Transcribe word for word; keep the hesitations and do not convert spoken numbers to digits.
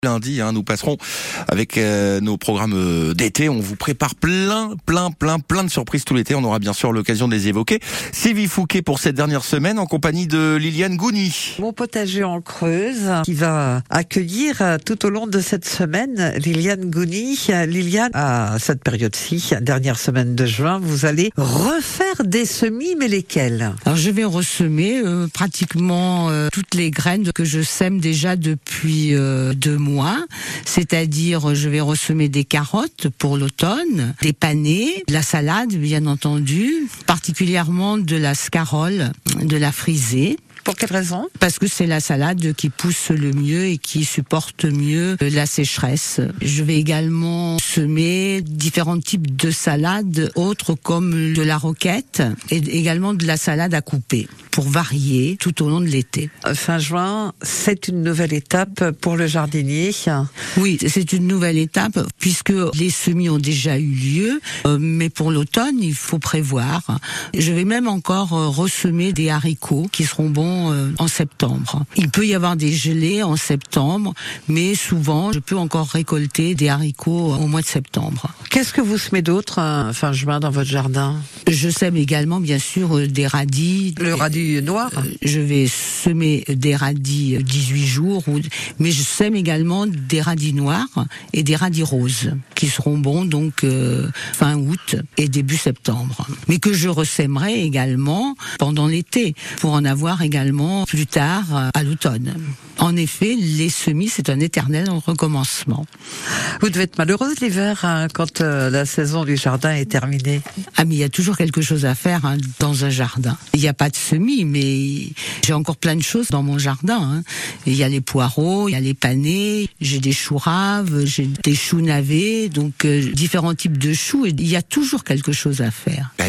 Lundi, hein, nous passerons avec euh, nos programmes euh, d'été. On vous prépare plein, plein, plein, plein de surprises tout l'été. On aura bien sûr l'occasion de les évoquer. Sylvie Fouquet pour cette dernière semaine en compagnie de Liliane Gouny. Mon potager en Creuse qui va accueillir tout au long de cette semaine Liliane Gouny. Liliane, à cette période-ci, dernière semaine de juin, vous allez refaire des semis, mais lesquels? Alors je vais ressemer euh, pratiquement euh, toutes les graines que je sème déjà depuis euh, deux mois. C'est-à-dire, je vais ressemer des carottes pour l'automne, des panais, de la salade, bien entendu, particulièrement de la scarole, de la frisée. Pour quelle raison? Parce que c'est la salade qui pousse le mieux et qui supporte mieux la sécheresse. Je vais également semer différents types de salades autres comme de la roquette et également de la salade à couper pour varier tout au long de l'été. Fin juin, c'est une nouvelle étape pour le jardinier. Oui, c'est une nouvelle étape puisque les semis ont déjà eu lieu, euh, mais pour l'automne, il faut prévoir. Je vais même encore euh, ressemer des haricots qui seront bons en septembre. Il peut y avoir des gelées en septembre, mais souvent, je peux encore récolter des haricots au mois de septembre. Qu'est-ce que vous semez d'autre hein, fin juin dans votre jardin? Je sème également, bien sûr, des radis. Le radis noir? Je vais semer des radis dix-huit jours, mais je sème également des radis noirs et des radis roses, qui seront bons donc euh, fin août et début septembre. Mais que je ressèmerai également pendant l'été, pour en avoir également plus tard à l'automne. En effet, les semis, c'est un éternel recommencement. Vous devez être malheureuse l'hiver hein, quand euh, la saison du jardin est terminée. Ah mais il y a toujours quelque chose à faire hein, dans un jardin. Il n'y a pas de semis, mais j'ai encore plein de choses dans mon jardin. Hein. Il y a les poireaux, il y a les panais, j'ai des choux raves, j'ai des choux navets, donc euh, différents types de choux. Et il y a toujours quelque chose à faire.